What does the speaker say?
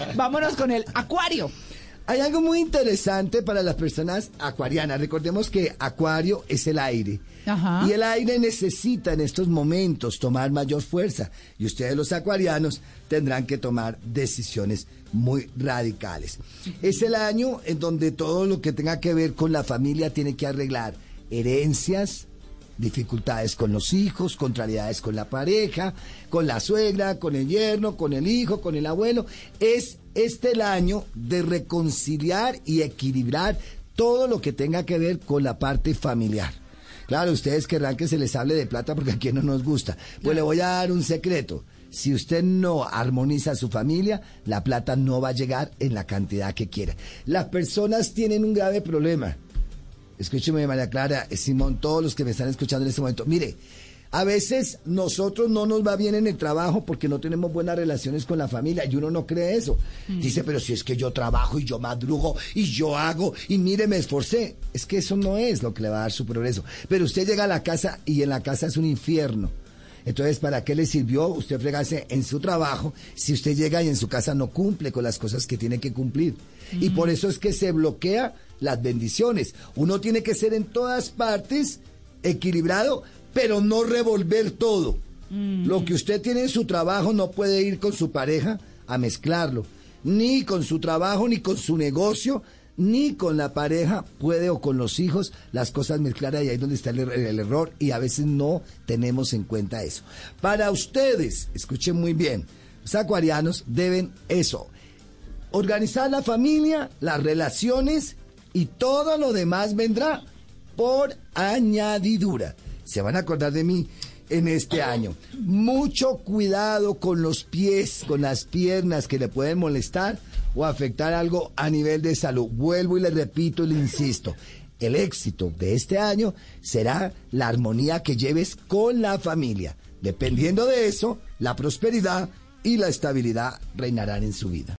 Vámonos con el Acuario. Hay algo muy interesante para las personas acuarianas. Recordemos que Acuario es el aire. Ajá. Y el aire necesita en estos momentos tomar mayor fuerza. Y ustedes los acuarianos tendrán que tomar decisiones muy radicales. Es el año en donde todo lo que tenga que ver con la familia tiene que arreglar herencias, dificultades con los hijos, contrariedades con la pareja, con la suegra, con el yerno, con el hijo, con el abuelo. Es el año de reconciliar y equilibrar todo lo que tenga que ver con la parte familiar. Claro, ustedes querrán que se les hable de plata porque aquí no nos gusta. Pues le voy a dar un secreto. Si usted no armoniza a su familia, la plata no va a llegar en la cantidad que quiera. Las personas tienen un grave problema. Escúcheme, María Clara, Simón, todos los que me están escuchando en este momento. Mire, a veces nosotros no nos va bien en el trabajo porque no tenemos buenas relaciones con la familia y uno no cree eso. Dice, pero si es que yo trabajo y yo madrugo y yo hago y mire, me esforcé. Es que eso no es lo que le va a dar su progreso. Pero usted llega a la casa y en la casa es un infierno. Entonces, ¿para qué le sirvió usted fregarse en su trabajo si usted llega y en su casa no cumple con las cosas que tiene que cumplir? Y por eso es que se bloquea las bendiciones. Uno tiene que ser en todas partes equilibrado, pero no revolver todo. Lo que usted tiene en su trabajo no puede ir con su pareja a mezclarlo. Ni con su trabajo, ni con su negocio, ni con la pareja puede, o con los hijos, las cosas mezclar, y ahí es donde está el error, y a veces no tenemos en cuenta eso. Para ustedes, escuchen muy bien, los acuarianos deben eso, organizar la familia, las relaciones, y todo lo demás vendrá por añadidura. Se van a acordar de mí en este año. Mucho cuidado con los pies, con las piernas que le pueden molestar o afectar algo a nivel de salud. Vuelvo y le repito y le insisto. El éxito de este año será la armonía que lleves con la familia. Dependiendo de eso, la prosperidad y la estabilidad reinarán en su vida.